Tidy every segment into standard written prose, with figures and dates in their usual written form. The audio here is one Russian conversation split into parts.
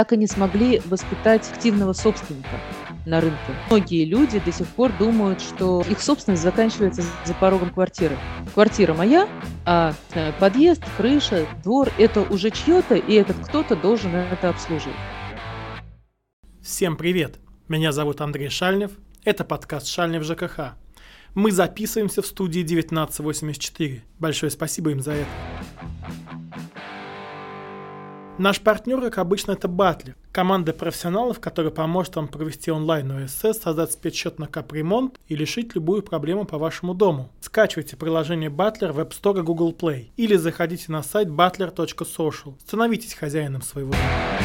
так и не смогли воспитать активного собственника на рынке. Многие люди до сих пор думают, что их собственность заканчивается за порогом квартиры. Квартира моя, а подъезд, крыша, двор – это уже чье-то, и этот кто-то должен это обслуживать. Всем привет! Меня зовут Андрей Шальнев. Это подкаст «Шальнев ЖКХ». Мы записываемся в студии 1984. Большое спасибо им за это. Наш партнер, как обычно, это Батлер. Команда профессионалов, которая поможет вам провести онлайн ОСС, создать спецсчет на капремонт и решить любую проблему по вашему дому. Скачивайте приложение Батлер в App Store и Google Play или заходите на сайт butler.social. Становитесь хозяином своего дома.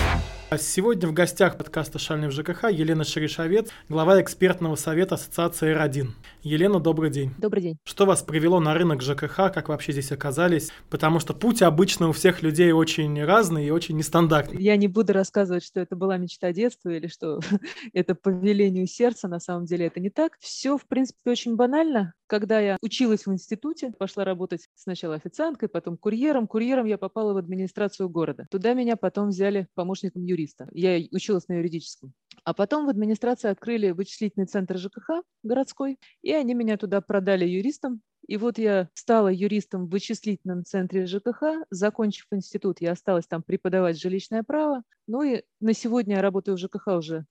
Сегодня в гостях подкаста «Шальнев ЖКХ» Елена Шеришовец, глава экспертного совета Ассоциации R1. Елена, добрый день. Добрый день. Что вас привело на рынок ЖКХ, как вообще здесь оказались? Потому что путь обычно у всех людей очень разный и очень нестандартный. Я не буду рассказывать, что это была мечта детства или что это по велению сердца. На самом деле это не так. Все, в принципе, очень банально. Когда я училась в институте, пошла работать сначала официанткой, потом курьером. Курьером я попала в администрацию города. Туда меня потом взяли помощником юриста. Я училась на юридическом. А потом в администрации открыли вычислительный центр ЖКХ городской, и они меня туда продали юристом. И вот я стала юристом в вычислительном центре ЖКХ. Закончив институт, я осталась там преподавать жилищное право. Ну и на сегодня я работаю в ЖКХ уже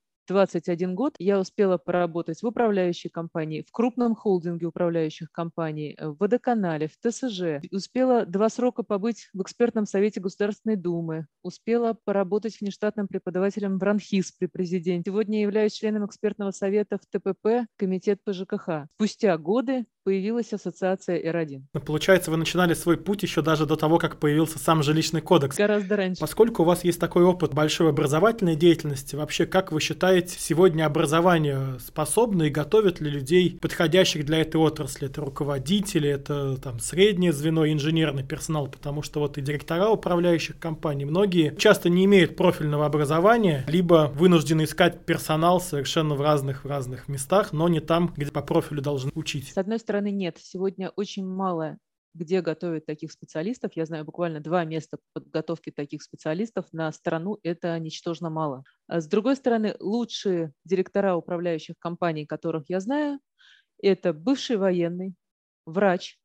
21 год. Я успела поработать в управляющей компании, в крупном холдинге управляющих компаний, в водоканале, в ТСЖ. Успела 2 срока побыть в экспертном совете Государственной Думы. Успела поработать внештатным преподавателем в РАНХИС при президенте. Сегодня я являюсь членом экспертного совета в ТПП, комитет по ЖКХ. Спустя годы появилась ассоциация R1. Получается, вы начинали свой путь еще даже до того, как появился сам жилищный кодекс. Гораздо раньше. Поскольку у вас есть такой опыт большой образовательной деятельности, вообще, как вы считаете, сегодня образование способно и готовит ли людей, подходящих для этой отрасли? Это руководители, это там среднее звено, инженерный персонал, потому что вот и директора управляющих компаний, многие часто не имеют профильного образования, либо вынуждены искать персонал совершенно в разных местах, но не там, где по профилю должны учить. С одной стороны, нет. Сегодня очень мало где готовят таких специалистов. Я знаю буквально 2 места подготовки таких специалистов на страну. Это ничтожно мало. А с другой стороны, лучшие директора управляющих компаний, которых я знаю, это бывший военный, врач,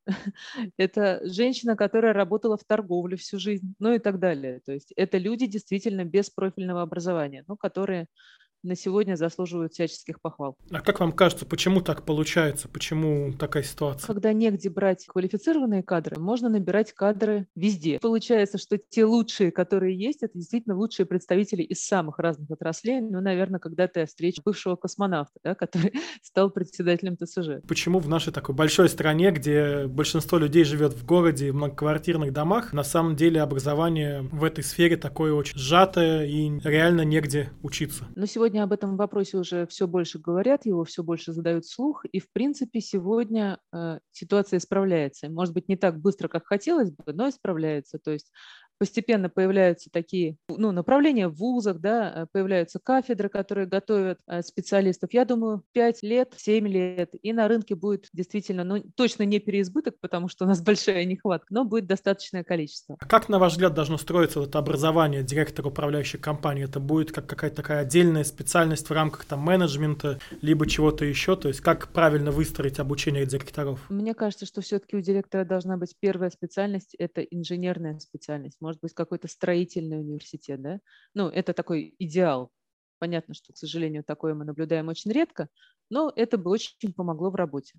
это женщина, которая работала в торговле всю жизнь, ну и так далее. То есть это люди действительно без профильного образования, но которые на сегодня заслуживают всяческих похвал. А как вам кажется, почему так получается? Почему такая ситуация? Когда негде брать квалифицированные кадры, можно набирать кадры везде. Получается, что те лучшие, которые есть, это действительно лучшие представители из самых разных отраслей. Ну, наверное, когда-то я встречу бывшего космонавта, да, который стал председателем ТСЖ. Почему в нашей такой большой стране, где большинство людей живет в городе, в многоквартирных домах, на самом деле образование в этой сфере такое очень сжатое и реально негде учиться? Но сегодня об этом вопросе уже все больше говорят, его все больше задают вслух, и, в принципе, сегодня ситуация исправляется. Может быть, не так быстро, как хотелось бы, но исправляется. То есть постепенно появляются такие направления в вузах, да, появляются кафедры, которые готовят специалистов. Я думаю, 5 лет, 7 лет, и на рынке будет действительно, точно не переизбыток, потому что у нас большая нехватка, но будет достаточное количество. А как, на ваш взгляд, должно строиться это образование директора управляющей компании? Это будет как какая-то такая отдельная специальность в рамках там менеджмента, либо чего-то еще? То есть как правильно выстроить обучение директоров? Мне кажется, что все-таки у директора должна быть первая специальность – это инженерная специальность. Может быть, какой-то строительный университет, да? Это такой идеал. Понятно, что, к сожалению, такое мы наблюдаем очень редко, но это бы очень помогло в работе.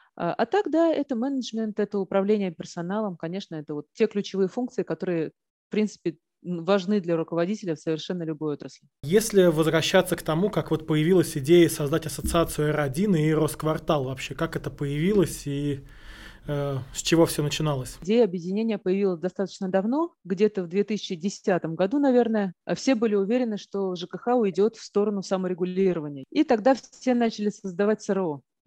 А так, да, это менеджмент, это управление персоналом, конечно, это вот те ключевые функции, которые, в принципе, важны для руководителя в совершенно любой отрасли. Если возвращаться к тому, как вот появилась идея создать ассоциацию R1 и Росквартал вообще, как это появилось и с чего все начиналось? Идея объединения появилась достаточно давно, где-то в 2010 году, наверное. Все были уверены, что ЖКХ уйдет в сторону саморегулирования. И тогда все начали создавать СРО.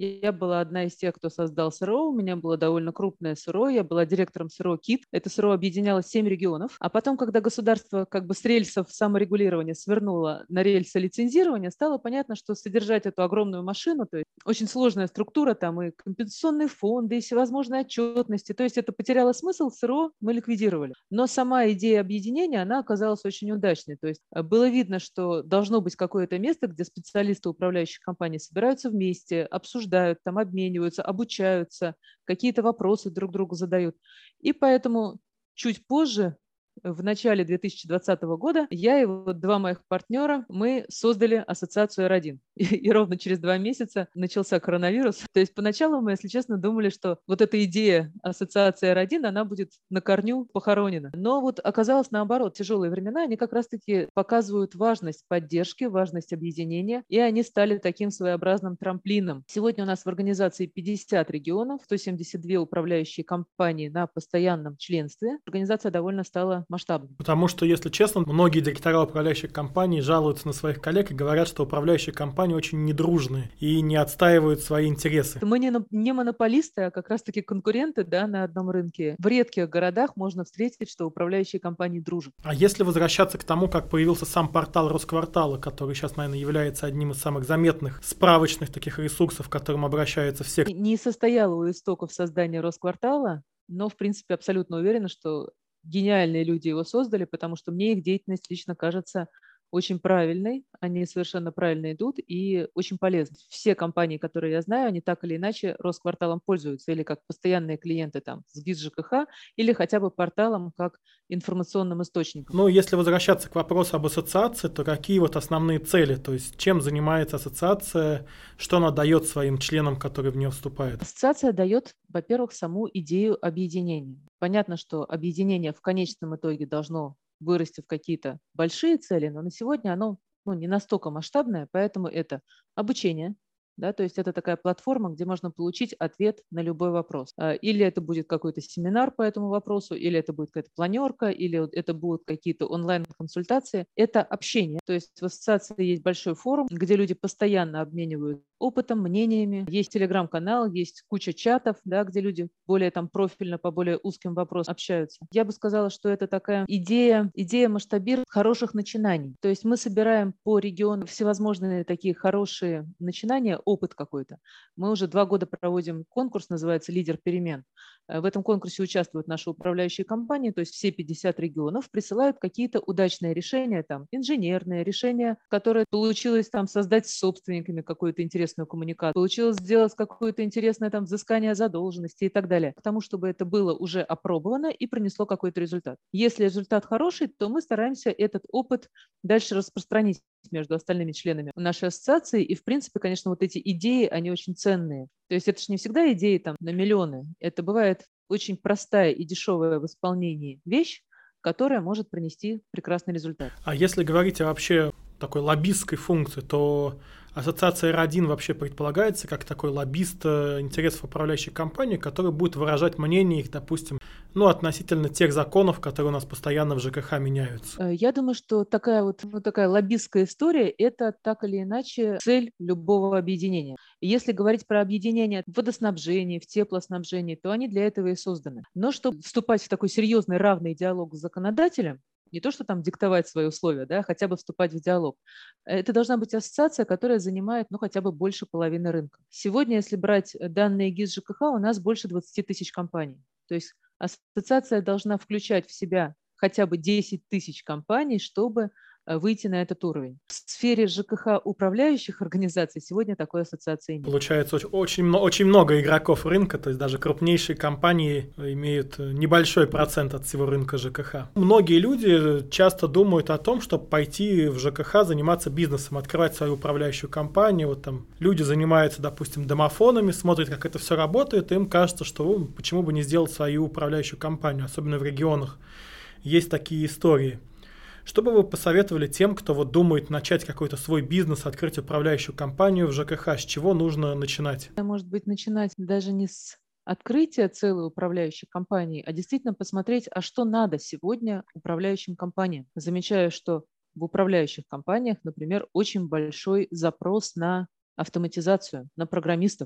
Я была одна из тех, кто создал СРО. У меня было довольно крупное СРО. Я была директором СРО КИТ. Это СРО объединяло 7 регионов. А потом, когда государство как бы с рельсов саморегулирования свернуло на рельсы лицензирования, стало понятно, что содержать эту огромную машину, то есть очень сложная структура, там и компенсационные фонды, и всевозможные отчетности. То есть это потеряло смысл, СРО мы ликвидировали. Но сама идея объединения, она оказалась очень удачной. То есть было видно, что должно быть какое-то место, где специалисты управляющих компаний собираются вместе, обсуждают, там обмениваются, обучаются, какие-то вопросы друг другу задают. И поэтому чуть позже, в начале 2020 года, я и вот два моих партнера, мы создали ассоциацию R1. И ровно через 2 месяца начался коронавирус. То есть поначалу мы, если честно, думали, что вот эта идея ассоциации R1, она будет на корню похоронена. Но вот оказалось наоборот. Тяжелые времена, они как раз-таки показывают важность поддержки, важность объединения, и они стали таким своеобразным трамплином. Сегодня у нас в организации 50 регионов, 172 управляющие компании на постоянном членстве. Организация довольно стала масштабной. Потому что, если честно, многие директора управляющих компаний жалуются на своих коллег и говорят, что управляющие компании очень недружные и не отстаивают свои интересы. Мы не монополисты, а как раз-таки конкуренты, да, на одном рынке. В редких городах можно встретить, что управляющие компании дружат. А если возвращаться к тому, как появился сам портал Росквартала, который сейчас, наверное, является одним из самых заметных справочных таких ресурсов, к которым обращаются все. Не состояло у истоков создания Росквартала, но, в принципе, абсолютно уверена, что гениальные люди его создали, потому что мне их деятельность лично кажется очень правильной, они совершенно правильно идут и очень полезны. Все компании, которые я знаю, они так или иначе Роскварталом пользуются, или как постоянные клиенты там с ГИС ЖКХ, или хотя бы порталом как информационным источником. Ну, если возвращаться к вопросу об ассоциации, то какие вот основные цели? То есть чем занимается ассоциация, что она дает своим членам, которые в нее вступают? Ассоциация дает, во-первых, саму идею объединения. Понятно, что объединение в конечном итоге должно вырасти в какие-то большие цели, но на сегодня оно не настолько масштабное, поэтому это обучение, да, то есть это такая платформа, где можно получить ответ на любой вопрос. Или это будет какой-то семинар по этому вопросу, или это будет какая-то планерка, или это будут какие-то онлайн-консультации. Это общение. То есть в ассоциации есть большой форум, где люди постоянно обменивают опытом, мнениями. Есть телеграм-канал, есть куча чатов, да, где люди более там профильно по более узким вопросам общаются. Я бы сказала, что это такая идея масштабирования хороших начинаний. То есть мы собираем по региону всевозможные такие хорошие начинания, опыт какой-то. Мы уже 2 года проводим конкурс, называется «Лидер перемен». В этом конкурсе участвуют наши управляющие компании, то есть все 50 регионов присылают какие-то удачные решения, там, инженерные решения, которые получилось там создать с собственниками какую-то интересную коммуникацию, получилось сделать какое-то интересное там взыскание задолженности и так далее, к тому, чтобы это было уже опробовано и принесло какой-то результат. Если результат хороший, то мы стараемся этот опыт дальше распространить между остальными членами нашей ассоциации. И, в принципе, конечно, вот эти идеи, они очень ценные. То есть это же не всегда идеи там на миллионы. Это бывает очень простая и дешевая в исполнении вещь, которая может принести прекрасный результат. А если говорить о вообще такой лоббистской функции, то ассоциация R1 вообще предполагается как такой лоббист интересов управляющей компании, который будет выражать мнение их, допустим, относительно тех законов, которые у нас постоянно в ЖКХ меняются. Я думаю, что такая лоббистская история – это так или иначе цель любого объединения. И если говорить про объединение в водоснабжении, в теплоснабжении, то они для этого и созданы. Но чтобы вступать в такой серьезный равный диалог с законодателем, не то, что там диктовать свои условия, да, хотя бы вступать в диалог. Это должна быть ассоциация, которая занимает, хотя бы больше половины рынка. Сегодня, если брать данные ГИС ЖКХ, у нас больше 20 тысяч компаний. То есть ассоциация должна включать в себя хотя бы 10 тысяч компаний, чтобы выйти на этот уровень. В сфере ЖКХ управляющих организаций сегодня такой ассоциации нет. Получается очень много игроков рынка, то есть даже крупнейшие компании имеют небольшой процент от всего рынка ЖКХ. Многие люди часто думают о том, чтобы пойти в ЖКХ заниматься бизнесом, открывать свою управляющую компанию. Вот там люди занимаются, допустим, домофонами, смотрят, как это все работает, и им кажется, что почему бы не сделать свою управляющую компанию, особенно в регионах. Есть такие истории. Что бы вы посоветовали тем, кто думает начать какой-то свой бизнес, открыть управляющую компанию в ЖКХ? С чего нужно начинать? Может быть, начинать даже не с открытия целой управляющей компании, а действительно посмотреть, а что надо сегодня управляющим компаниям. Замечаю, что в управляющих компаниях, например, очень большой запрос на автоматизацию, на программистов.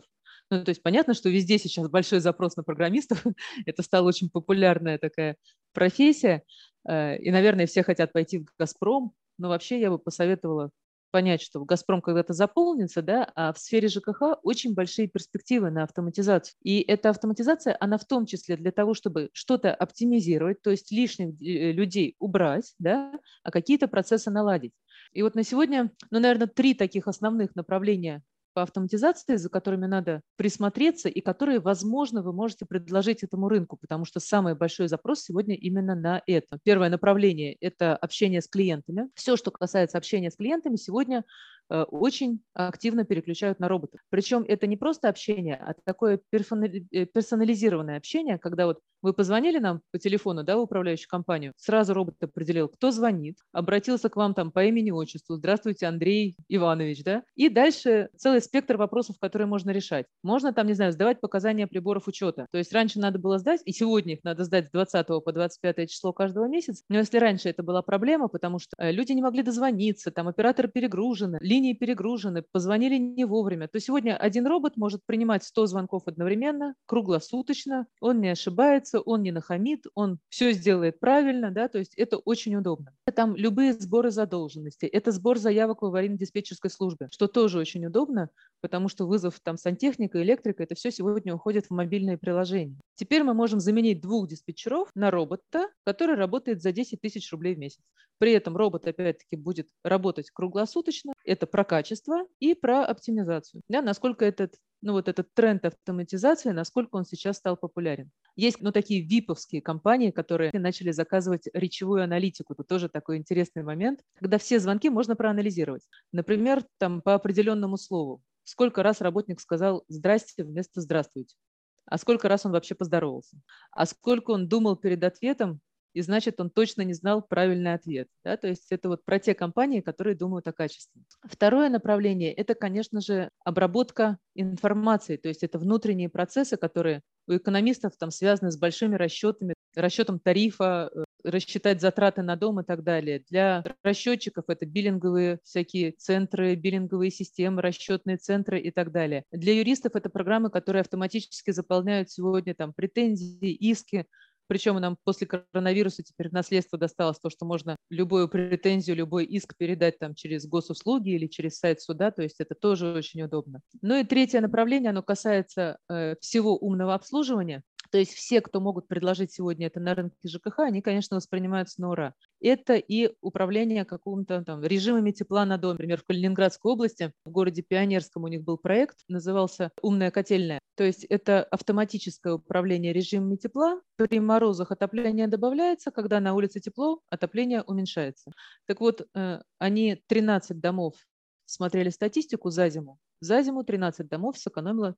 Ну, то есть понятно, что везде сейчас большой запрос на программистов. Это стала очень популярная такая профессия. И, наверное, все хотят пойти в «Газпром». Но вообще я бы посоветовала понять, что «Газпром» когда-то заполнится, да, а в сфере ЖКХ очень большие перспективы на автоматизацию. И эта автоматизация, она в том числе для того, чтобы что-то оптимизировать, то есть лишних людей убрать, да, а какие-то процессы наладить. И вот на сегодня, ну, наверное, 3 таких основных направления по автоматизации, за которыми надо присмотреться и которые, возможно, вы можете предложить этому рынку, потому что самый большой запрос сегодня именно на это. Первое направление – это общение с клиентами. Все, что касается общения с клиентами, сегодня очень активно переключают на роботов. Причем это не просто общение, а такое персонализированное общение, когда вот вы позвонили нам по телефону, да, в управляющую компанию, сразу робот определил, кто звонит, обратился к вам там по имени-отчеству, здравствуйте, Андрей Иванович, да, и дальше целый спектр вопросов, которые можно решать. Можно там, не знаю, сдавать показания приборов учета. То есть раньше надо было сдать, и сегодня их надо сдать с 20 по 25 число каждого месяца, но если раньше это была проблема, потому что люди не могли дозвониться, там операторы перегружены, линии перегружены, позвонили не вовремя, то сегодня один робот может принимать 100 звонков одновременно, круглосуточно, он не ошибается, он не нахамит, он все сделает правильно, да, то есть это очень удобно. Там любые сборы задолженности, это сбор заявок в аварийно-диспетчерской службе, что тоже очень удобно, потому что вызов там сантехника, электрика, это все сегодня уходит в мобильные приложения. Теперь мы можем заменить 2 диспетчеров на робота, который работает за 10 тысяч рублей в месяц. При этом робот, опять-таки, будет работать круглосуточно. Это про качество и про оптимизацию. Да, насколько этот вот этот тренд автоматизации, насколько он сейчас стал популярен. Есть такие виповские компании, которые начали заказывать речевую аналитику. Это тоже такой интересный момент, когда все звонки можно проанализировать. Например, там по определенному слову. Сколько раз работник сказал «здрасте» вместо «здравствуйте», а сколько раз он вообще поздоровался, а сколько он думал перед ответом, и значит, он точно не знал правильный ответ. Да? То есть это вот про те компании, которые думают о качестве. Второе направление – это, конечно же, обработка информации, то есть это внутренние процессы, которые у экономистов там связаны с большими расчетами, расчетом тарифа, рассчитать затраты на дом и так далее. Для расчетчиков это биллинговые всякие центры, биллинговые системы, расчетные центры и так далее. Для юристов это программы, которые автоматически заполняют сегодня там претензии, иски. Причем нам после коронавируса теперь в наследство досталось то, что можно любую претензию, любой иск передать там через госуслуги или через сайт суда, то есть это тоже очень удобно. Ну и третье направление, оно касается всего умного обслуживания. То есть все, кто могут предложить сегодня это на рынке ЖКХ, они, конечно, воспринимаются на ура. Это и управление какими-то там режимами тепла на доме. Например, в Калининградской области, в городе Пионерском у них был проект, назывался «Умная котельная». То есть это автоматическое управление режимами тепла. При морозах отопление добавляется, когда на улице тепло, отопление уменьшается. Так вот, они 13 домов смотрели статистику за зиму. За зиму 13 домов сэкономило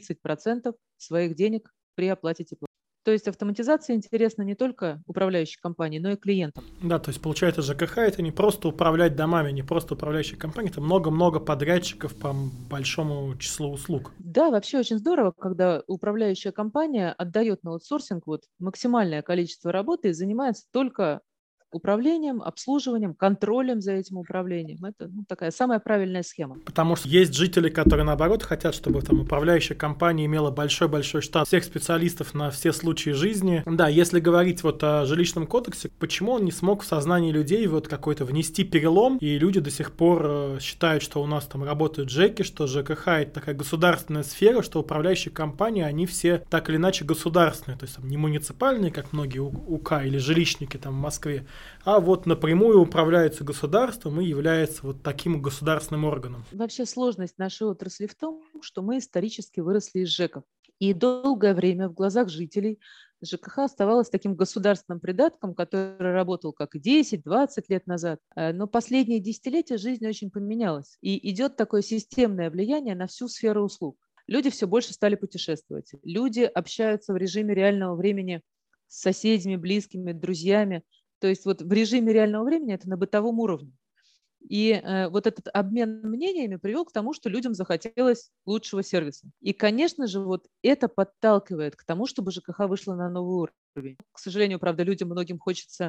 30% своих денег при оплате тепла. То есть автоматизация интересна не только управляющей компании, но и клиентам. Да, то есть получается, ЖКХ это не просто управлять домами, не просто управляющая компания, это много-много подрядчиков по большому числу услуг. Да, вообще очень здорово, когда управляющая компания отдает на аутсорсинг максимальное количество работы и занимается только управлением, обслуживанием, контролем за этим управлением. Это такая самая правильная схема. Потому что есть жители, которые, наоборот, хотят, чтобы там управляющая компания имела большой-большой штат всех специалистов на все случаи жизни. Да, если говорить о жилищном кодексе, почему он не смог в сознании людей какой-то внести перелом, и люди до сих пор считают, что у нас там работают ЖЭКи, что ЖКХ это такая государственная сфера, что управляющие компании, они все так или иначе государственные, то есть там не муниципальные, как многие УК или жилищники там в Москве, а напрямую управляются государством и является таким государственным органом. Вообще сложность нашей отрасли в том, что мы исторически выросли из ЖЭКов. И долгое время в глазах жителей ЖКХ оставалось таким государственным придатком, который работал как и 10-20 лет назад. Но последние десятилетия жизнь очень поменялась. И идет такое системное влияние на всю сферу услуг. Люди все больше стали путешествовать. Люди общаются в режиме реального времени с соседями, близкими, друзьями. То есть в режиме реального времени это на бытовом уровне. И этот обмен мнениями привел к тому, что людям захотелось лучшего сервиса. И, конечно же, это подталкивает к тому, чтобы ЖКХ вышла на новый уровень. К сожалению, правда, людям многим хочется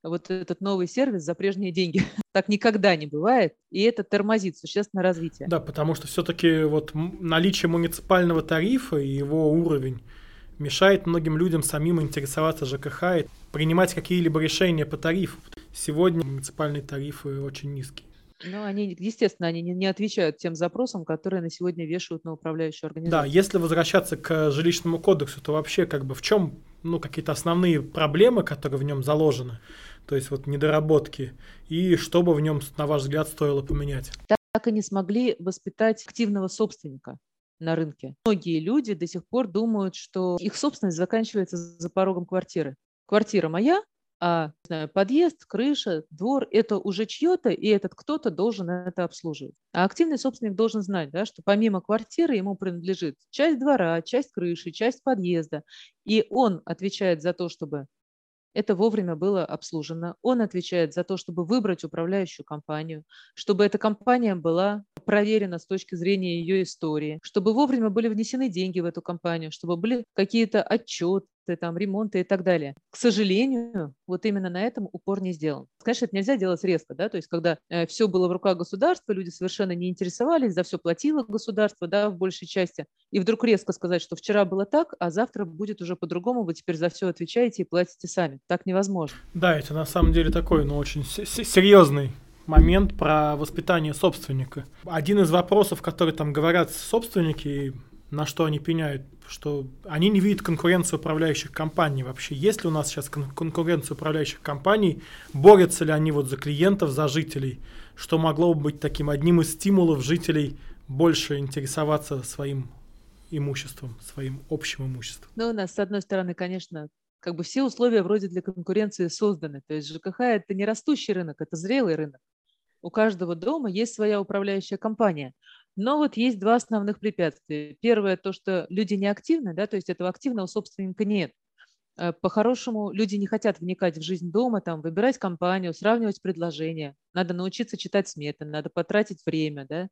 вот этот новый сервис за прежние деньги. Так никогда не бывает, и это тормозит существенно развитие. Да, потому что все-таки вот наличие муниципального тарифа и его уровень мешает многим людям самим интересоваться ЖКХ и принимать какие-либо решения по тарифу. Сегодня муниципальные тарифы очень низкие. Но они, естественно, они не отвечают тем запросам, которые на сегодня вешают на управляющую Да, организацию. если возвращаться к жилищному кодексу, то вообще как бы в чем какие-то основные проблемы, которые в нем заложены, то есть вот недоработки, и что бы в нем, на ваш взгляд, стоило поменять? Так и не смогли воспитать активного собственника на рынке. Многие люди до сих пор думают, что их собственность заканчивается за порогом квартиры. Квартира моя, а не знаю, подъезд, крыша, двор– это уже чье-то, и этот кто-то должен это обслуживать. А активный собственник должен знать, да, что помимо квартиры ему принадлежит часть двора, часть крыши, часть подъезда. И он отвечает за то, чтобы это вовремя было обслужено. Он отвечает за то, чтобы выбрать управляющую компанию, чтобы эта компания была проверена с точки зрения ее истории, чтобы вовремя были внесены деньги в эту компанию, чтобы были какие-то отчеты, там, ремонты и так далее. К сожалению, вот именно на этом упор не сделан. Конечно, это нельзя делать резко, да, то есть когда все было в руках государства, люди совершенно не интересовались, за все платило государство, да, в большей части, и вдруг резко сказать, что вчера было так, а завтра будет уже по-другому, вы теперь за все отвечаете и платите сами. Так невозможно. Да, это на самом деле такой, очень серьезный момент про воспитание собственника. Один из вопросов, которые там говорят собственники, на что они пеняют, что они не видят конкуренцию управляющих компаний вообще. Есть ли у нас сейчас конкуренция управляющих компаний? Борются ли они вот за клиентов, за жителей? Что могло бы быть таким одним из стимулов жителей больше интересоваться своим имуществом, своим общим имуществом? Ну, у нас, с одной стороны, конечно, как бы все условия вроде для конкуренции созданы. То есть ЖКХ– это не растущий рынок, это зрелый рынок. У каждого дома есть своя управляющая компания. Но вот есть два основных препятствия. Первое, то, что люди не активны, да, то есть этого активного собственника нет. По-хорошему, люди не хотят вникать в жизнь дома, там, выбирать компанию, сравнивать предложения. Надо научиться читать сметы, надо потратить время. Да?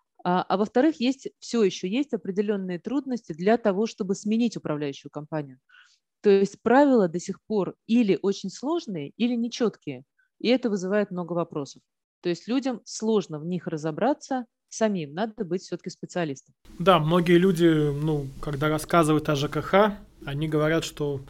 А во-вторых, все еще есть определенные трудности для того, чтобы сменить управляющую компанию. То есть правила до сих пор или очень сложные, или нечеткие. И это вызывает много вопросов. То есть людям сложно в них разобраться самим. Надо быть все-таки специалистом. Да, многие люди, когда рассказывают о ЖКХ, они говорят, что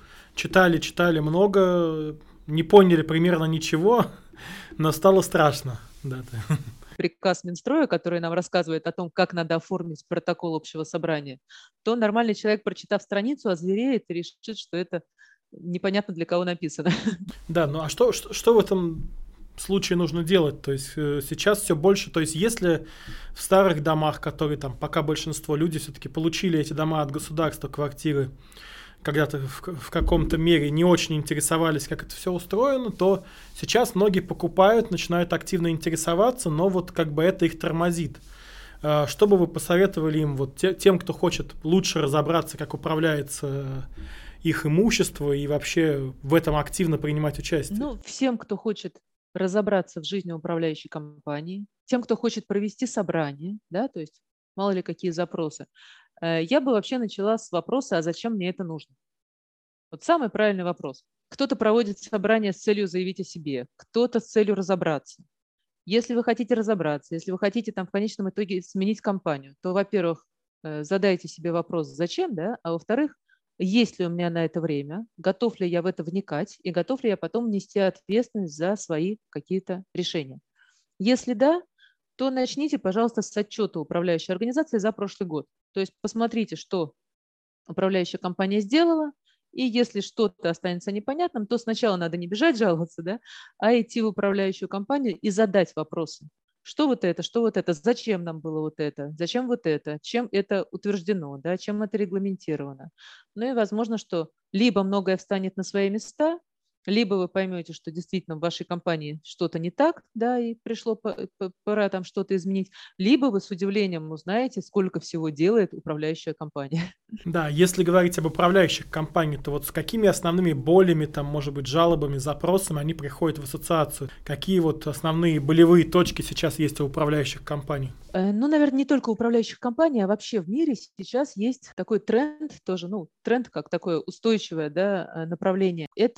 читали много, не поняли примерно ничего, но стало страшно. Да. Приказ Минстроя, который нам рассказывает о том, как надо оформить протокол общего собрания, то нормальный человек, прочитав страницу, озвереет и решит, что это непонятно для кого написано. Да, а что в этом случае нужно делать? То есть сейчас все больше, то есть если в старых домах, которые там пока большинство людей все-таки получили эти дома от государства, квартиры, когда-то в каком-то мере не очень интересовались, как это все устроено, то сейчас многие покупают, начинают активно интересоваться, но вот как бы это их тормозит. Что бы вы посоветовали им, вот тем, кто хочет лучше разобраться, как управляется их имущество и вообще в этом активно принимать участие? Всем, кто хочет разобраться в жизни управляющей компании, тем, кто хочет провести собрание, да, то есть мало ли какие запросы, я бы вообще начала с вопроса, а зачем мне это нужно? Вот самый правильный вопрос. Кто-то проводит собрание с целью заявить о себе, кто-то с целью разобраться. Если вы хотите разобраться, если вы хотите там в конечном итоге сменить компанию, то, во-первых, задайте себе вопрос, зачем, да, а во-вторых, есть ли у меня на это время, готов ли я в это вникать и готов ли я потом нести ответственность за свои какие-то решения. Если да, то начните, пожалуйста, с отчета управляющей организации за прошлый год. То есть посмотрите, что управляющая компания сделала, и если что-то останется непонятным, то сначала надо не бежать жаловаться, да, а идти в управляющую компанию и задать вопросы. Что вот это, зачем нам было вот это, зачем вот это, чем это утверждено, да, чем это регламентировано. Ну и возможно, что либо многое встанет на свои места, либо вы поймете, что действительно в вашей компании что-то не так, да, и пришло пора там что-то изменить, либо вы с удивлением узнаете, сколько всего делает управляющая компания. Да, если говорить об управляющих компаниях, то вот с какими основными болями, там, может быть, жалобами, запросами они приходят в ассоциацию? Какие вот основные болевые точки сейчас есть у управляющих компаний? Наверное, не только у управляющих компаний, а вообще в мире сейчас есть такой тренд тоже, тренд как такое устойчивое, да, направление. Это тренд жалоб.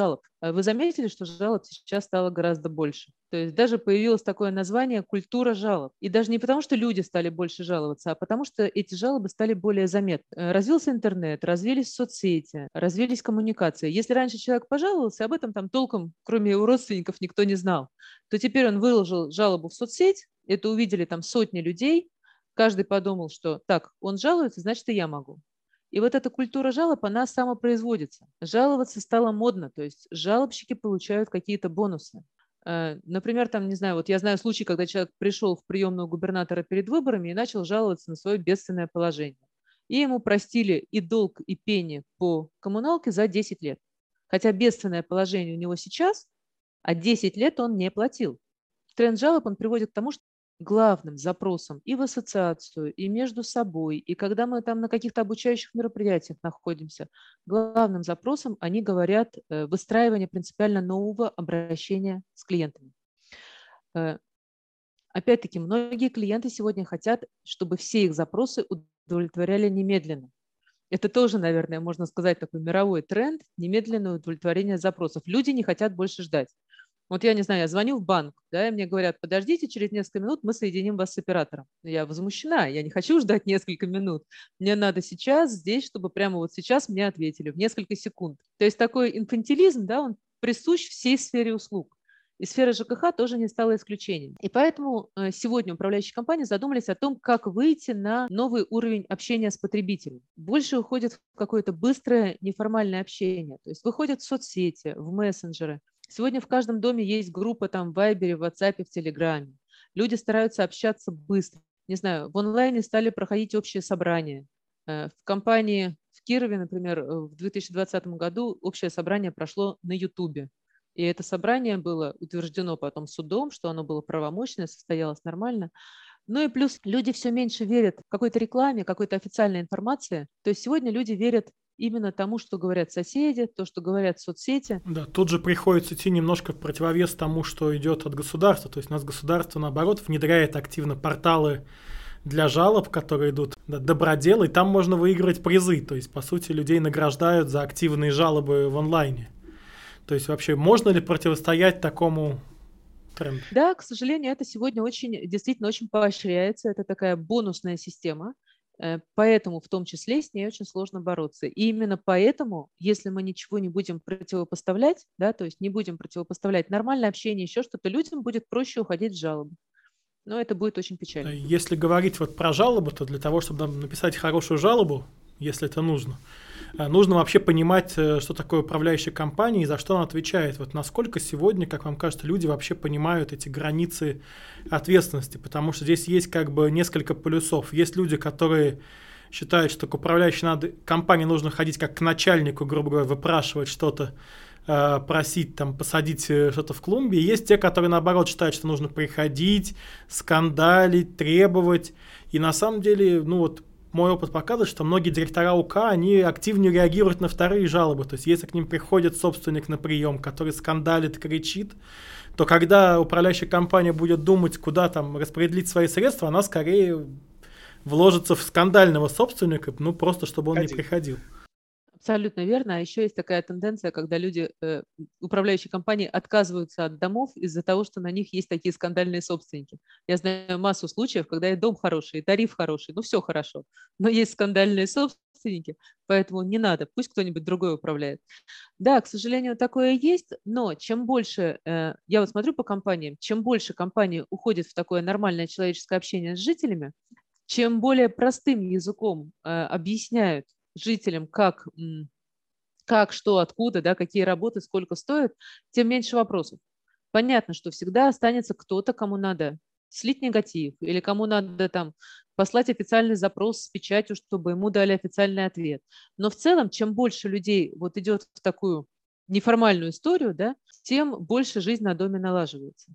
жалоб. Вы заметили, что жалоб сейчас стало гораздо больше? То есть даже появилось такое название «культура жалоб». И даже не потому, что люди стали больше жаловаться, а потому что эти жалобы стали более заметны. Развился интернет, развились соцсети, развились коммуникации. Если раньше человек пожаловался, об этом там толком, кроме его родственников, никто не знал, то теперь он выложил жалобу в соцсеть, это увидели там сотни людей, каждый подумал, что так, он жалуется, значит, и я могу. И вот эта культура жалоб, она самопроизводится. Жаловаться стало модно, то есть жалобщики получают какие-то бонусы. Например, там, не знаю, вот я знаю случай, когда человек пришел в приемную губернатора перед выборами и начал жаловаться на свое бедственное положение. И ему простили и долг, и пени по коммуналке за 10 лет. Хотя бедственное положение у него сейчас, а 10 лет он не платил. Тренд жалоб он приводит к тому, что главным запросом и в ассоциацию, и между собой, и когда мы там на каких-то обучающих мероприятиях находимся, главным запросом они говорят выстраивание принципиально нового обращения с клиентами. Опять-таки, многие клиенты сегодня хотят, чтобы все их запросы удовлетворяли немедленно. Это тоже, наверное, можно сказать, такой мировой тренд – немедленное удовлетворение запросов. Люди не хотят больше ждать. Вот я не знаю, я звоню в банк, да, и мне говорят, подождите, через несколько минут мы соединим вас с оператором. Я возмущена, я не хочу ждать несколько минут. Мне надо сейчас, здесь, чтобы прямо вот сейчас мне ответили в несколько секунд. То есть такой инфантилизм, да, он присущ всей сфере услуг. И сфера ЖКХ тоже не стала исключением. И поэтому сегодня управляющие компании задумались о том, как выйти на новый уровень общения с потребителем. Больше уходит в какое-то быстрое неформальное общение. То есть выходят в соцсети, в мессенджеры. Сегодня в каждом доме есть группа там в Вайбере, в WhatsApp, в Телеграме. Люди стараются общаться быстро. Не знаю, в онлайне стали проходить общие собрания. В компании в Кирове, например, в 2020 году общее собрание прошло на Ютубе. И это собрание было утверждено потом судом, что оно было правомочное, состоялось нормально. Ну и плюс люди все меньше верят в какой-то рекламе, какой-то официальной информации. То есть сегодня люди верят именно тому, что говорят соседи, то, что говорят соцсети. Да, тут же приходится идти немножко в противовес тому, что идет от государства. То есть у нас государство, наоборот, внедряет активно порталы для жалоб, которые идут, да, добродел, и там можно выигрывать призы. То есть, по сути, людей награждают за активные жалобы в онлайне. То есть вообще можно ли противостоять такому тренду? Да, к сожалению, это сегодня действительно очень поощряется. Это такая бонусная система. Поэтому в том числе с ней очень сложно бороться. И именно поэтому, если мы ничего не будем противопоставлять, да, то есть не будем противопоставлять нормальное общение, еще что-то, людям будет проще уходить в жалобы. Но это будет очень печально. Если говорить вот про жалобу, то для того, чтобы написать хорошую жалобу, если это нужно вообще понимать, что такое управляющая компания и за что она отвечает. Вот насколько сегодня, как вам кажется, люди вообще понимают эти границы ответственности, потому что здесь есть как бы несколько полюсов. Есть люди, которые считают, что к управляющей компании нужно ходить как к начальнику, грубо говоря, выпрашивать что-то, просить, там, посадить что-то в клумбе. И есть те, которые, наоборот, считают, что нужно приходить, скандалить, требовать. И на самом деле, ну вот, мой опыт показывает, что многие директора УК, они активнее реагируют на вторые жалобы. То есть, если к ним приходит собственник на прием, который скандалит, кричит, то когда управляющая компания будет думать, куда там распределить свои средства, она скорее вложится в скандального собственника, ну, просто чтобы он не приходил. Абсолютно верно. А еще есть такая тенденция, когда люди, управляющие компании, отказываются от домов из-за того, что на них есть такие скандальные собственники. Я знаю массу случаев, когда и дом хороший, и тариф хороший, ну все хорошо, но есть скандальные собственники, поэтому не надо, пусть кто-нибудь другой управляет. Да, к сожалению, такое есть, но чем больше, я вот смотрю по компаниям, чем больше компании уходит в такое нормальное человеческое общение с жителями, чем более простым языком объясняют жителям, как, что, откуда, да, какие работы, сколько стоят, тем меньше вопросов. Понятно, что всегда останется кто-то, кому надо слить негатив, или кому надо там послать официальный запрос с печатью, чтобы ему дали официальный ответ. Но в целом, чем больше людей вот идет в такую неформальную историю, да, тем больше жизнь на доме налаживается.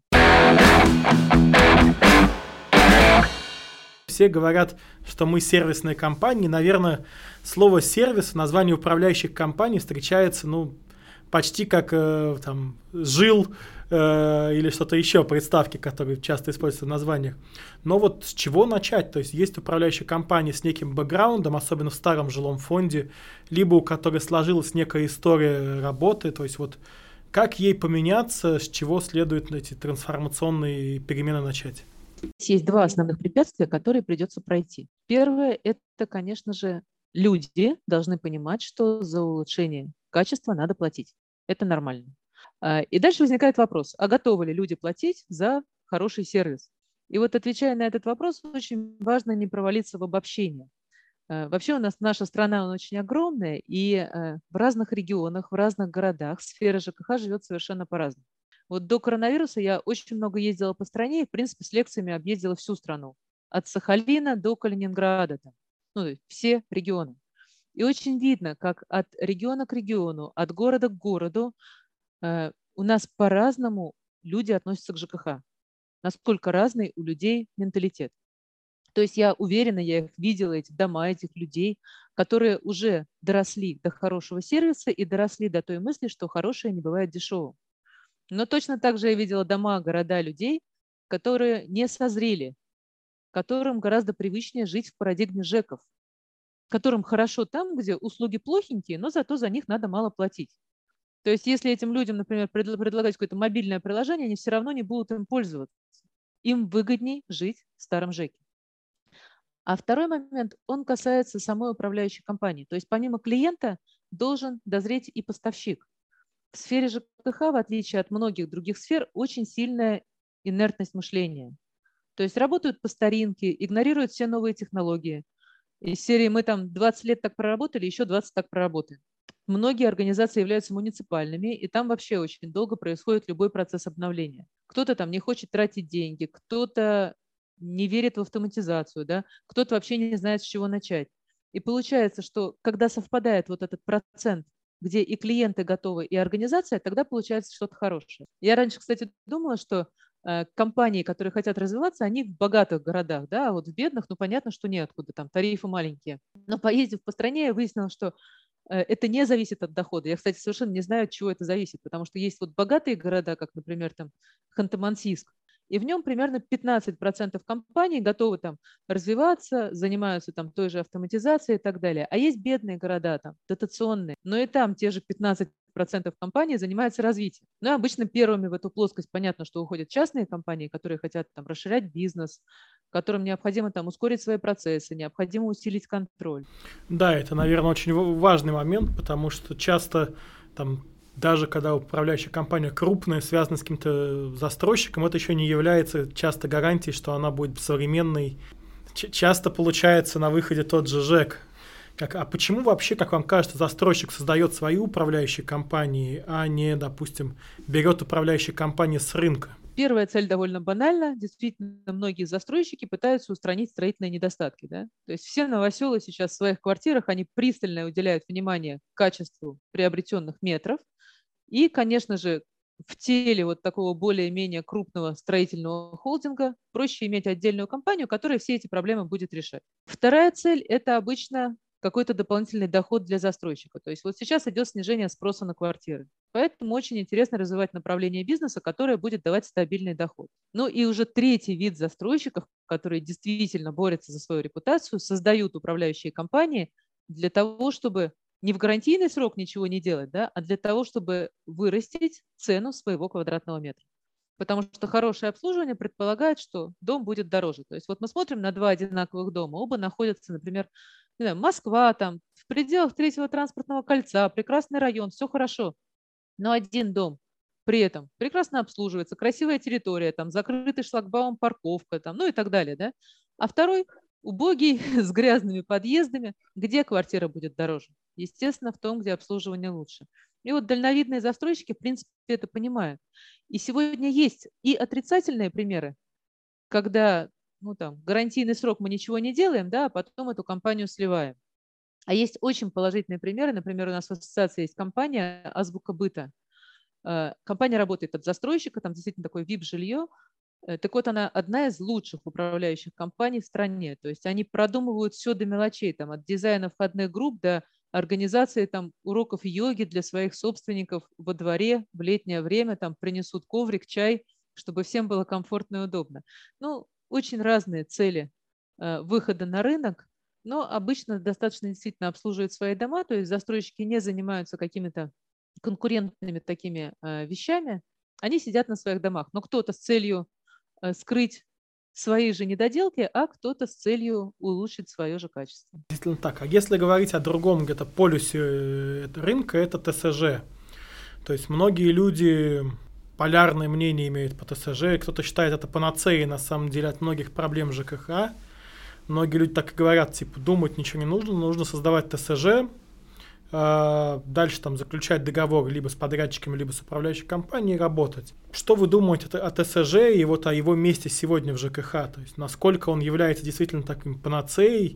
Все говорят, что мы сервисная компания. Наверное, слово «сервис» в названии управляющих компаний встречается, ну, почти как там «жил» или что-то еще, приставки, которые часто используются в названиях. Но вот с чего начать? То есть есть управляющая компания с неким бэкграундом, особенно в старом жилом фонде, либо у которой сложилась некая история работы. То есть вот Как ей поменяться, с чего следует эти трансформационные перемены начать? Есть два основных препятствия, которые придется пройти. Первое– это, конечно же, люди должны понимать, что за улучшение качества надо платить. Это нормально. И дальше возникает вопрос, а готовы ли люди платить за хороший сервис? И вот отвечая на этот вопрос, очень важно не провалиться в обобщение. Вообще у нас наша страна она очень огромная, и в разных регионах, в разных городах сфера ЖКХ живет совершенно по-разному. Вот до коронавируса я очень много ездила по стране и, в принципе, с лекциями объездила всю страну. От Сахалина до Калининграда. Там. Ну, то есть все регионы. И очень видно, как от региона к региону, от города к городу у нас по-разному люди относятся к ЖКХ. Насколько разный у людей менталитет. То есть я уверена, я их видела, эти дома, этих людей, которые уже доросли до хорошего сервиса и доросли до той мысли, что хорошее не бывает дешевым. Но точно так же я видела дома, города людей, которые не созрели, которым гораздо привычнее жить в парадигме ЖЭКов, которым хорошо там, где услуги плохенькие, но зато за них надо мало платить. То есть если этим людям, например, предлагать какое-то мобильное приложение, они все равно не будут им пользоваться. Им выгодней жить в старом ЖЭКе. А второй момент, он касается самой управляющей компании. То есть помимо клиента должен дозреть и поставщик. В сфере ЖКХ, в отличие от многих других сфер, очень сильная инертность мышления. То есть работают по старинке, игнорируют все новые технологии. Из серии мы там 20 лет так проработали, еще 20 так проработаем. Многие организации являются муниципальными, и там вообще очень долго происходит любой процесс обновления. Кто-то там не хочет тратить деньги, кто-то не верит в автоматизацию, да? Кто-то вообще не знает, с чего начать. И получается, что когда совпадает вот этот процент, где и клиенты готовы, и организация, тогда получается что-то хорошее. Я раньше, кстати, думала, что компании, которые хотят развиваться, они в богатых городах, да, а вот в бедных, ну, понятно, что неоткуда, там тарифы маленькие. Но поездив по стране, я выяснила, что это не зависит от дохода. Я, кстати, совершенно не знаю, от чего это зависит, потому что есть вот богатые города, как, например, там Ханты-Мансийск, и в нем примерно 15% компаний готовы там развиваться, занимаются там той же автоматизацией и так далее. А есть бедные города, там, дотационные, но и там те же 15% компаний занимаются развитием. Ну и обычно первыми в эту плоскость понятно, что уходят частные компании, которые хотят там расширять бизнес, которым необходимо там ускорить свои процессы, необходимо усилить контроль. Да, это, наверное, очень важный момент, потому что часто там даже когда управляющая компания крупная, связана с каким-то застройщиком, это еще не является часто гарантией, что она будет современной. Часто получается на выходе тот же ЖЭК. А почему вообще, как вам кажется, застройщик создает свои управляющие компании, а не, допустим, берет управляющие компании с рынка? Первая цель довольно банальна. Действительно, многие застройщики пытаются устранить строительные недостатки. Да? То есть все новоселы сейчас в своих квартирах, они пристально уделяют внимание качеству приобретенных метров. И, конечно же, в теле вот такого более-менее крупного строительного холдинга проще иметь отдельную компанию, которая все эти проблемы будет решать. Вторая цель– это обычно какой-то дополнительный доход для застройщика. То есть вот сейчас идет снижение спроса на квартиры. Поэтому очень интересно развивать направление бизнеса, которое будет давать стабильный доход. Ну и уже третий вид застройщиков, которые действительно борются за свою репутацию, создают управляющие компании для того, чтобы не в гарантийный срок ничего не делать, да, а для того, чтобы вырастить цену своего квадратного метра. Потому что хорошее обслуживание предполагает, что дом будет дороже. То есть вот мы смотрим на два одинаковых дома, оба находятся, например, не знаю, Москва, там, в пределах третьего транспортного кольца, прекрасный район, все хорошо. Но один дом при этом прекрасно обслуживается, красивая территория, там, закрытый шлагбаум, парковка, там, ну и так далее, да. А второй убогий, с грязными подъездами, где квартира будет дороже? Естественно, в том, где обслуживание лучше. И вот дальновидные застройщики, в принципе, это понимают. И сегодня есть и отрицательные примеры, когда ну, там, гарантийный срок мы ничего не делаем, да, а потом эту компанию сливаем. А есть очень положительные примеры. Например, у нас в ассоциации есть компания «Азбука быта». Компания работает от застройщика, там действительно такое VIP-жилье. Так вот, она одна из лучших управляющих компаний в стране. То есть они продумывают все до мелочей, там, от дизайна входных групп до организации там, уроков йоги для своих собственников во дворе в летнее время, там принесут коврик, чай, чтобы всем было комфортно и удобно. Ну, очень разные цели выхода на рынок, но обычно достаточно действительно обслуживать свои дома, то есть застройщики не занимаются какими-то конкурентными такими вещами, они сидят на своих домах. Но кто-то с целью скрыть свои же недоделки, а кто-то с целью улучшить свое же качество. Действительно так. А если говорить о другом где-то полюсе рынка, это ТСЖ. То есть многие люди полярное мнение имеют по ТСЖ, кто-то считает это панацеей на самом деле от многих проблем ЖКХ. Многие люди так и говорят, типа, думать ничего не нужно, нужно создавать ТСЖ, дальше там заключать договор либо с подрядчиками, либо с управляющей компанией и работать. Что вы думаете о ТСЖ и вот о его месте сегодня в ЖКХ? То есть насколько он является действительно таким панацеей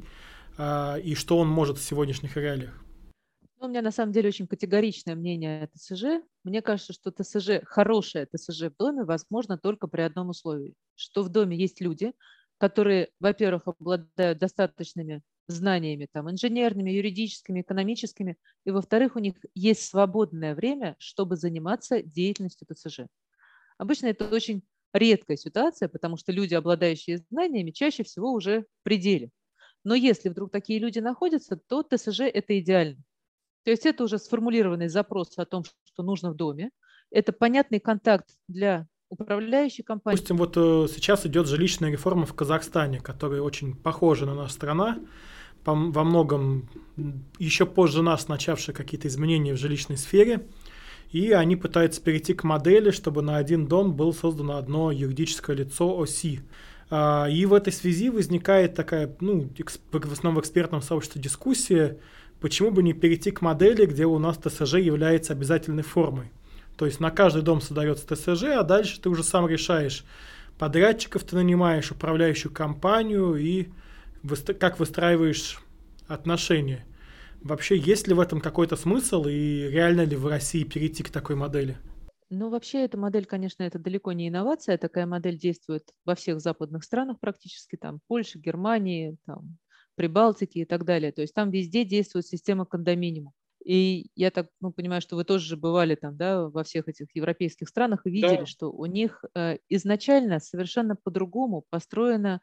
и что он может в сегодняшних реалиях? Ну, у меня на самом деле очень категоричное мнение о ТСЖ. Мне кажется, что ТСЖ, хорошее ТСЖ в доме возможно только при одном условии, что в доме есть люди, которые, во-первых, обладают достаточными знаниями там, инженерными, юридическими, экономическими, и, во-вторых, у них есть свободное время, чтобы заниматься деятельностью ТСЖ. Обычно это очень редкая ситуация, потому что люди, обладающие знаниями, чаще всего уже в пределе. Но если вдруг такие люди находятся, то ТСЖ – это идеально. То есть это уже сформулированный запрос о том, что нужно в доме. Это понятный контакт для управляющей компании. Допустим, вот сейчас идет жилищная реформа в Казахстане, которая очень похожа на нашу страну, во многом еще позже нас начавшие какие-то изменения в жилищной сфере, и они пытаются перейти к модели, чтобы на один дом было создано одно юридическое лицо ОСИ. И в этой связи возникает такая, в основном в экспертном сообществе дискуссия, почему бы не перейти к модели, где у нас ТСЖ является обязательной формой. То есть на каждый дом создается ТСЖ, а дальше ты уже сам решаешь, подрядчиков ты нанимаешь, управляющую компанию и как выстраиваешь отношения. Вообще, есть ли в этом какой-то смысл и реально ли в России перейти к такой модели? Ну, вообще, эта модель, конечно, это далеко не инновация. Такая модель действует во всех западных странах практически, там, Польша, Германии, там, Прибалтике и так далее. То есть там везде действует система кондоминиума. И я так понимаю, что вы тоже же бывали там, да, во всех этих европейских странах и видели, Да. что у них изначально совершенно по-другому построено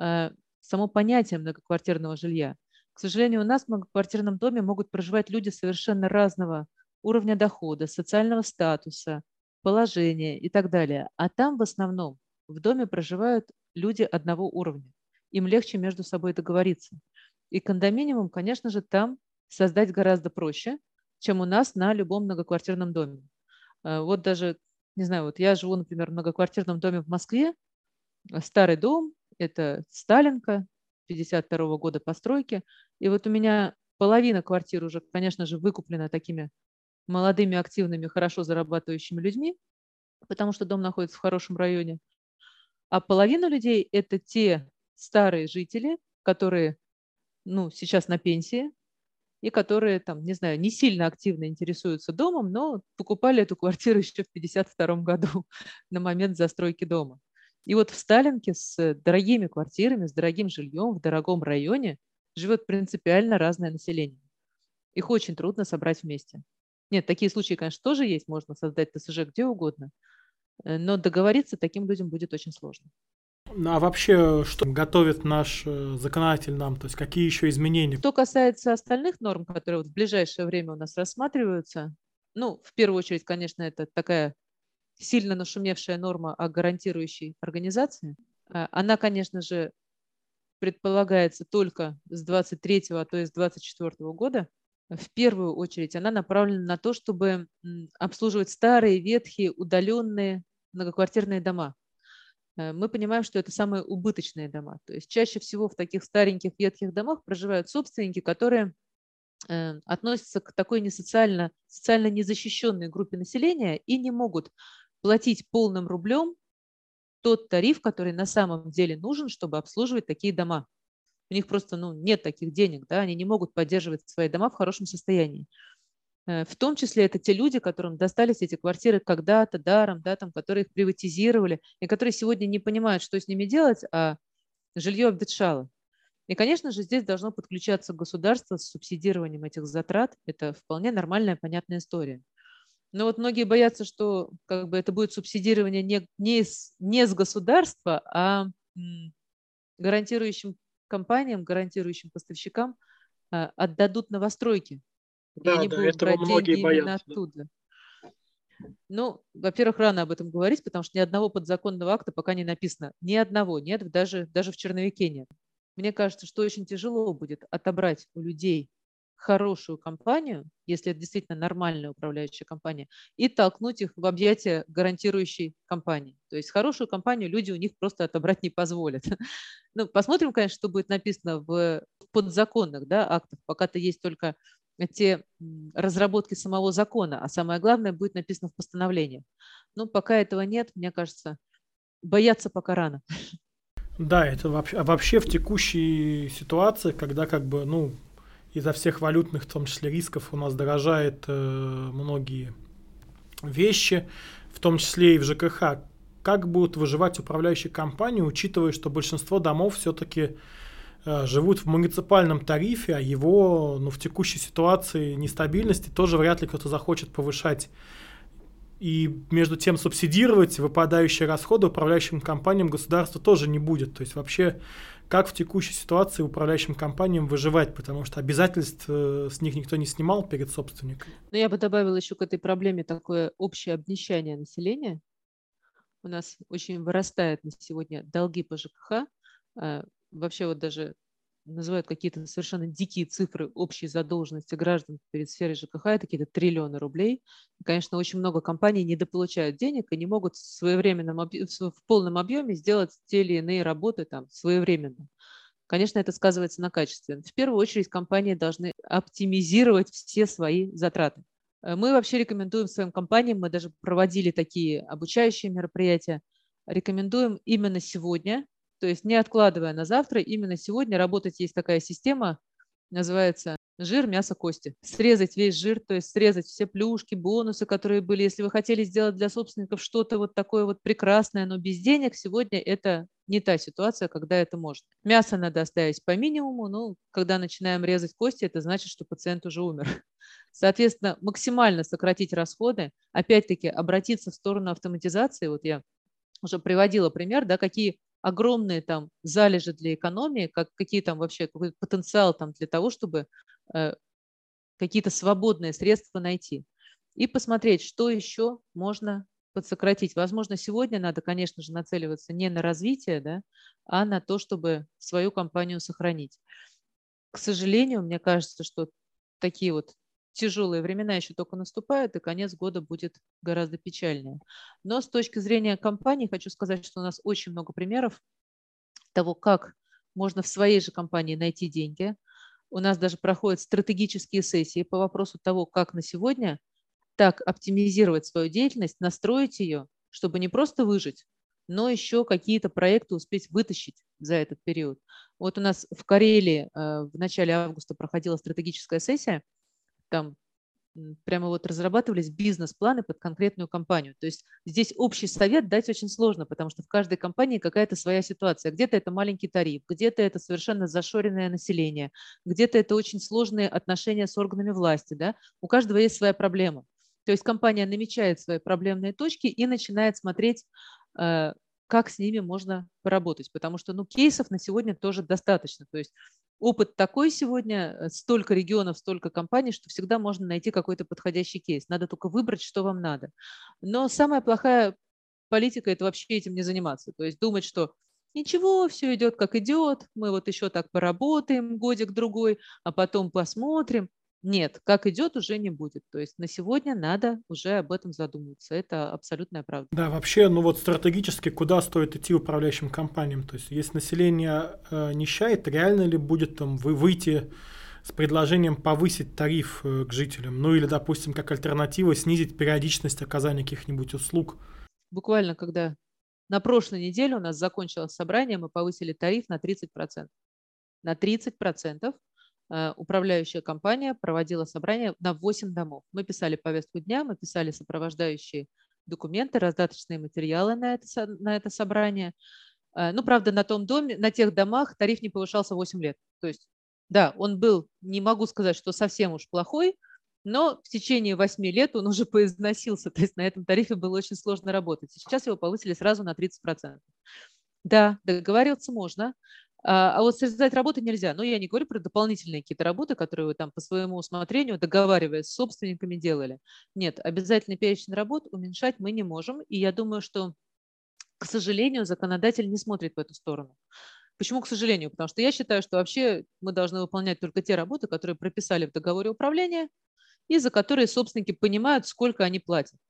само понятие многоквартирного жилья. К сожалению, у нас в многоквартирном доме могут проживать люди совершенно разного уровня дохода, социального статуса, положения и так далее. А там в основном в доме проживают люди одного уровня. Им легче между собой договориться. И кондоминиум, конечно же, там создать гораздо проще, чем у нас на любом многоквартирном доме. Вот даже, не знаю, вот я живу, например, в многоквартирном доме в Москве, старый дом, это Сталинка, 52 года постройки, и вот у меня половина квартир уже, конечно же, выкуплена такими молодыми, активными, хорошо зарабатывающими людьми, потому что дом находится в хорошем районе. А половина людей – это те старые жители, которые сейчас на пенсии, и которые, там, не знаю, не сильно активно интересуются домом, но покупали эту квартиру еще в 1952 году на момент застройки дома. И вот в Сталинке с дорогими квартирами, с дорогим жильем в дорогом районе живет принципиально разное население. Их очень трудно собрать вместе. Нет, такие случаи, конечно, тоже есть, можно создать ТСЖ где угодно, но договориться таким людям будет очень сложно. А вообще, что готовит наш законодатель нам? То есть какие еще изменения? Что касается остальных норм, которые вот в ближайшее время у нас рассматриваются, в первую очередь, конечно, это такая сильно нашумевшая норма о гарантирующей организации. Она, конечно же, предполагается только с 23-го, а то и с 24-го года. В первую очередь она направлена на то, чтобы обслуживать старые, ветхие, удаленные многоквартирные дома. Мы понимаем, что это самые убыточные дома. То есть чаще всего в таких стареньких, ветхих домах проживают собственники, которые относятся к такой социально незащищенной группе населения и не могут платить полным рублем тот тариф, который на самом деле нужен, чтобы обслуживать такие дома. У них просто нет таких денег, да, они не могут поддерживать свои дома в хорошем состоянии. В том числе это те люди, которым достались эти квартиры когда-то даром, да, там, которые их приватизировали, и которые сегодня не понимают, что с ними делать, а жилье обветшало. И, конечно же, здесь должно подключаться государство с субсидированием этих затрат. Это вполне нормальная, понятная история. Но вот многие боятся, что это будет субсидирование не с государства, а гарантирующим компаниям, гарантирующим поставщикам отдадут новостройки. И Да, они да, будут этого брать многие деньги именно боятся. Да. оттуда. Ну, во-первых, рано об этом говорить, потому что ни одного подзаконного акта пока не написано. Ни одного нет, даже в черновике нет. Мне кажется, что очень тяжело будет отобрать у людей хорошую компанию, если это действительно нормальная управляющая компания, и толкнуть их в объятия гарантирующей компании. То есть хорошую компанию люди у них просто отобрать не позволят. Ну, посмотрим, конечно, что будет написано в подзаконных, да, актах. Пока-то есть только те разработки самого закона, а самое главное будет написано в постановлении. Но пока этого нет, мне кажется, бояться пока рано. Да, это вообще в текущей ситуации, когда как бы, ну, из-за всех валютных, в том числе рисков, у нас дорожают многие вещи, в том числе и в ЖКХ. Как будут выживать управляющие компании, учитывая, что большинство домов все-таки живут в муниципальном тарифе, а его, ну, в текущей ситуации нестабильности тоже вряд ли кто-то захочет повышать. И между тем субсидировать выпадающие расходы управляющим компаниям государство тоже не будет. То есть вообще, как в текущей ситуации управляющим компаниям выживать, потому что обязательств с них никто не снимал перед собственником. Но я бы добавила еще к этой проблеме такое общее обнищание населения. У нас очень вырастает на сегодня долги по ЖКХ. Вообще вот даже называют какие-то совершенно дикие цифры общей задолженности граждан перед сферой ЖКХ, это какие-то триллионы рублей. И, конечно, очень много компаний недополучают денег и не могут в полном объеме сделать те или иные работы там своевременно. Конечно, это сказывается на качестве. В первую очередь компании должны оптимизировать все свои затраты. Мы вообще рекомендуем своим компаниям, мы даже проводили такие обучающие мероприятия, рекомендуем именно сегодня, то есть не откладывая на завтра, именно сегодня работать. Есть такая система, называется жир, мясо, кости. Срезать весь жир, то есть срезать все плюшки, бонусы, которые были. Если вы хотели сделать для собственников что-то вот такое вот прекрасное, но без денег, сегодня это не та ситуация, когда это можно. Мясо надо оставить по минимуму, но когда начинаем резать кости, это значит, что пациент уже умер. Соответственно, максимально сократить расходы, опять-таки обратиться в сторону автоматизации. Вот я уже приводила пример, да, какие огромные там залежи для экономии, какие там вообще, какой потенциал там для того, чтобы какие-то свободные средства найти. И посмотреть, что еще можно подсократить. Возможно, сегодня надо, конечно же, нацеливаться не на развитие, да, а на то, чтобы свою компанию сохранить. К сожалению, мне кажется, что такие вот тяжелые времена еще только наступают, и конец года будет гораздо печальнее. Но с точки зрения компании хочу сказать, что у нас очень много примеров того, как можно в своей же компании найти деньги. У нас даже проходят стратегические сессии по вопросу того, как на сегодня так оптимизировать свою деятельность, настроить ее, чтобы не просто выжить, но еще какие-то проекты успеть вытащить за этот период. Вот у нас в Карелии в начале августа проходила стратегическая сессия, там прямо вот разрабатывались бизнес-планы под конкретную компанию. То есть здесь общий совет дать очень сложно, потому что в каждой компании какая-то своя ситуация. Где-то это маленький тариф, где-то это совершенно зашоренное население, где-то это очень сложные отношения с органами власти. Да? У каждого есть своя проблема. То есть компания намечает свои проблемные точки и начинает смотреть, как с ними можно поработать. Потому что кейсов на сегодня тоже достаточно. То есть опыт такой сегодня, столько регионов, столько компаний, что всегда можно найти какой-то подходящий кейс. Надо только выбрать, что вам надо. Но самая плохая политика – это вообще этим не заниматься. То есть думать, что ничего, все идет как идет, мы вот еще так поработаем годик-другой, а потом посмотрим. Нет, как идет, уже не будет. То есть на сегодня надо уже об этом задумываться. Это абсолютная правда. Да, вообще, ну вот стратегически куда стоит идти управляющим компаниям? То есть если население нищает, реально ли будет там выйти с предложением повысить тариф к жителям? Ну или, допустим, как альтернатива снизить периодичность оказания каких-нибудь услуг? Буквально, когда на прошлой неделе у нас закончилось собрание, мы повысили тариф на 30%. На 30% управляющая компания проводила собрание на 8 домов. Мы писали повестку дня, мы писали сопровождающие документы, раздаточные материалы на это собрание. Ну, правда, на тех домах тариф не повышался 8 лет. То есть, да, он был, не могу сказать, что совсем уж плохой, но в течение 8 лет он уже поизносился. То есть на этом тарифе было очень сложно работать. Сейчас его повысили сразу на 30%. Да, договариваться можно. А вот срезать работы нельзя. Но я не говорю про дополнительные какие-то работы, которые вы там по своему усмотрению, договариваясь с собственниками, делали. Нет, обязательный перечень работ уменьшать мы не можем. И я думаю, что, к сожалению, законодатель не смотрит в эту сторону. Почему, к сожалению? Потому что я считаю, что вообще мы должны выполнять только те работы, которые прописали в договоре управления и за которые собственники понимают, сколько они платят.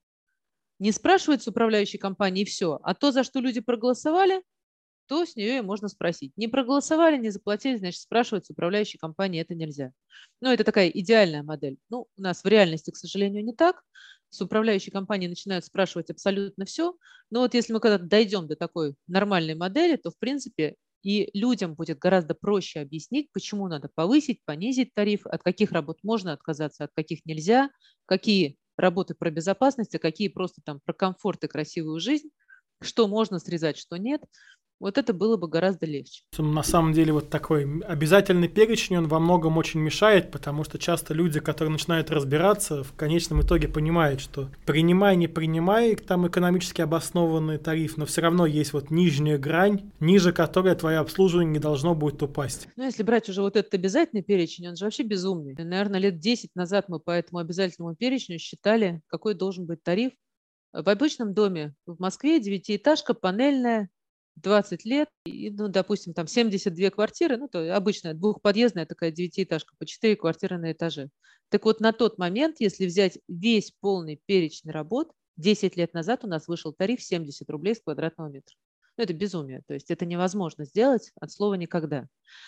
Не спрашивают с управляющей компании и все, а то, за что люди проголосовали, то с нее и можно спросить. Не проголосовали, не заплатили, значит, спрашивать с управляющей компании это нельзя. Но это такая идеальная модель. Ну, у нас в реальности, к сожалению, не так. С управляющей компанией начинают спрашивать абсолютно все. Но вот если мы когда-то дойдем до такой нормальной модели, то, в принципе, и людям будет гораздо проще объяснить, почему надо повысить, понизить тариф, от каких работ можно отказаться, от каких нельзя, какие работы про безопасность, а какие просто там про комфорт и красивую жизнь, что можно срезать, что нет. Вот это было бы гораздо легче. На самом деле вот такой обязательный перечень, он во многом очень мешает, потому что часто люди, которые начинают разбираться, в конечном итоге понимают, что принимай, не принимай там экономически обоснованный тариф, но все равно есть вот нижняя грань, ниже которой твое обслуживание не должно будет упасть. Ну, если брать уже вот этот обязательный перечень, он же вообще безумный. Наверное, лет 10 назад мы по этому обязательному перечню считали, какой должен быть тариф. В обычном доме в Москве девятиэтажка, панельная, 20 лет, и, ну, допустим, там 72 квартиры, ну, то обычная двухподъездная такая девятиэтажка, по 4 квартиры на этаже. Так вот, на тот момент, если взять весь полный перечень работ, 10 лет назад у нас вышел тариф 70 рублей с квадратного метра. Ну, это безумие, то есть это невозможно сделать от слова «никогда».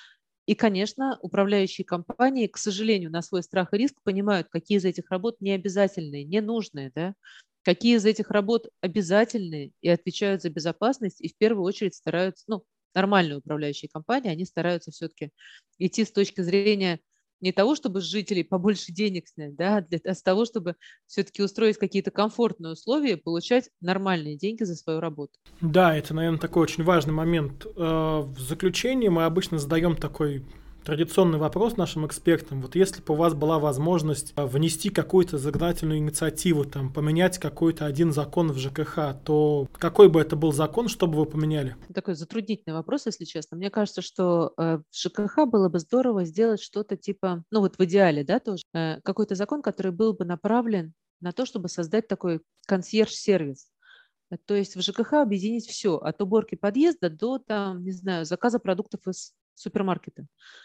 И, конечно, управляющие компании, к сожалению, на свой страх и риск понимают, какие из этих работ необязательные, ненужные, да, какие из этих работ обязательные и отвечают за безопасность, и в первую очередь стараются, ну, нормальные управляющие компании, они стараются все-таки идти с точки зрения не того, чтобы с жителей побольше денег снять, да, а с того, чтобы все-таки устроить какие-то комфортные условия и получать нормальные деньги за свою работу. Да, это, наверное, такой очень важный момент. В заключение мы обычно задаем такой традиционный вопрос нашим экспертам. Вот если бы у вас была возможность внести какую-то законодательную инициативу, там, поменять какой-то один закон в ЖКХ, то какой бы это был закон, что бы вы поменяли? Такой затруднительный вопрос, если честно. Мне кажется, что в ЖКХ было бы здорово сделать что-то типа, ну вот в идеале, да, тоже, какой-то закон, который был бы направлен на то, чтобы создать такой консьерж-сервис. То есть в ЖКХ объединить все, от уборки подъезда до, там, не знаю, заказа продуктов из супермаркета,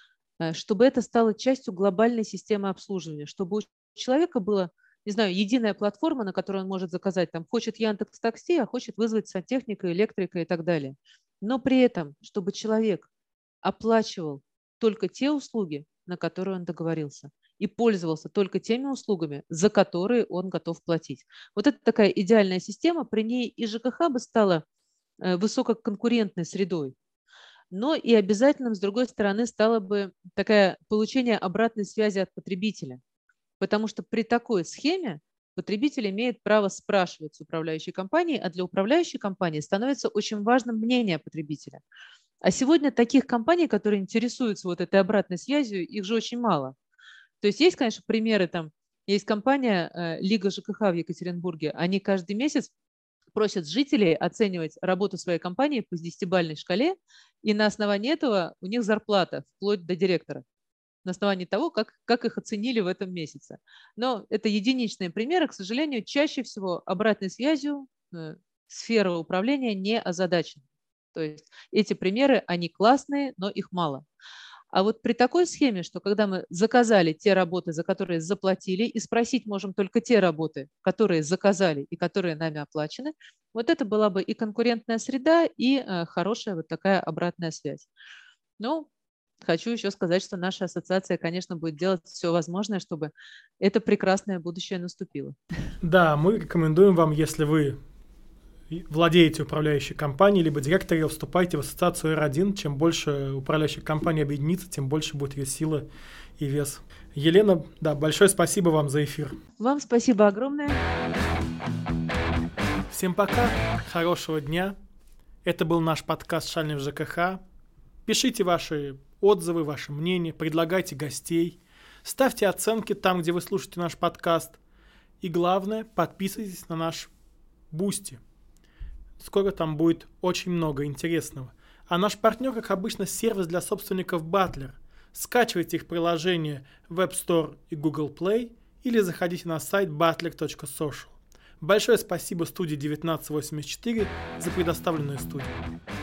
чтобы это стало частью глобальной системы обслуживания, чтобы у человека была, не знаю, единая платформа, на которой он может заказать, там, хочет Яндекс.Такси, а хочет вызвать сантехника, электрика и так далее. Но при этом, чтобы человек оплачивал только те услуги, на которые он договорился, и пользовался только теми услугами, за которые он готов платить. Вот это такая идеальная система, при ней и ЖКХ бы стала высококонкурентной средой, но и обязательным, с другой стороны, стало бы такое получение обратной связи от потребителя. Потому что при такой схеме потребитель имеет право спрашивать с управляющей компанией, а для управляющей компании становится очень важным мнение потребителя. А сегодня таких компаний, которые интересуются вот этой обратной связью, их же очень мало. То есть есть, конечно, примеры, там есть компания Лига ЖКХ в Екатеринбурге, они каждый месяц просят жителей оценивать работу своей компании по 10-бальной шкале, и на основании этого у них зарплата, вплоть до директора, на основании того, как их оценили в этом месяце. Но это единичные примеры, к сожалению, чаще всего обратной связью сфера управления не озадачена. То есть эти примеры, они классные, но их мало. А вот при такой схеме, что когда мы заказали те работы, за которые заплатили, и спросить можем только те работы, которые заказали и которые нами оплачены, вот это была бы и конкурентная среда, и хорошая вот такая обратная связь. Ну, хочу еще сказать, что наша ассоциация, конечно, будет делать все возможное, чтобы это прекрасное будущее наступило. Да, мы рекомендуем вам, если вы владеете управляющей компанией, либо директор ее, вступайте в ассоциацию R1. Чем больше управляющих компаний объединится, тем больше будет ее сила и вес. Елена, да, большое спасибо вам за эфир. Вам спасибо огромное. Всем пока, хорошего дня. Это был наш подкаст «Шальный в ЖКХ». Пишите ваши отзывы, ваши мнения, предлагайте гостей, ставьте оценки там, где вы слушаете наш подкаст. И главное, подписывайтесь на наш Boosty. Скоро там будет очень много интересного. А наш партнер, как обычно, сервис для собственников Батлер. Скачивайте их приложение в App Store и Google Play или заходите на сайт butler.social. Большое спасибо студии 1984 за предоставленную студию.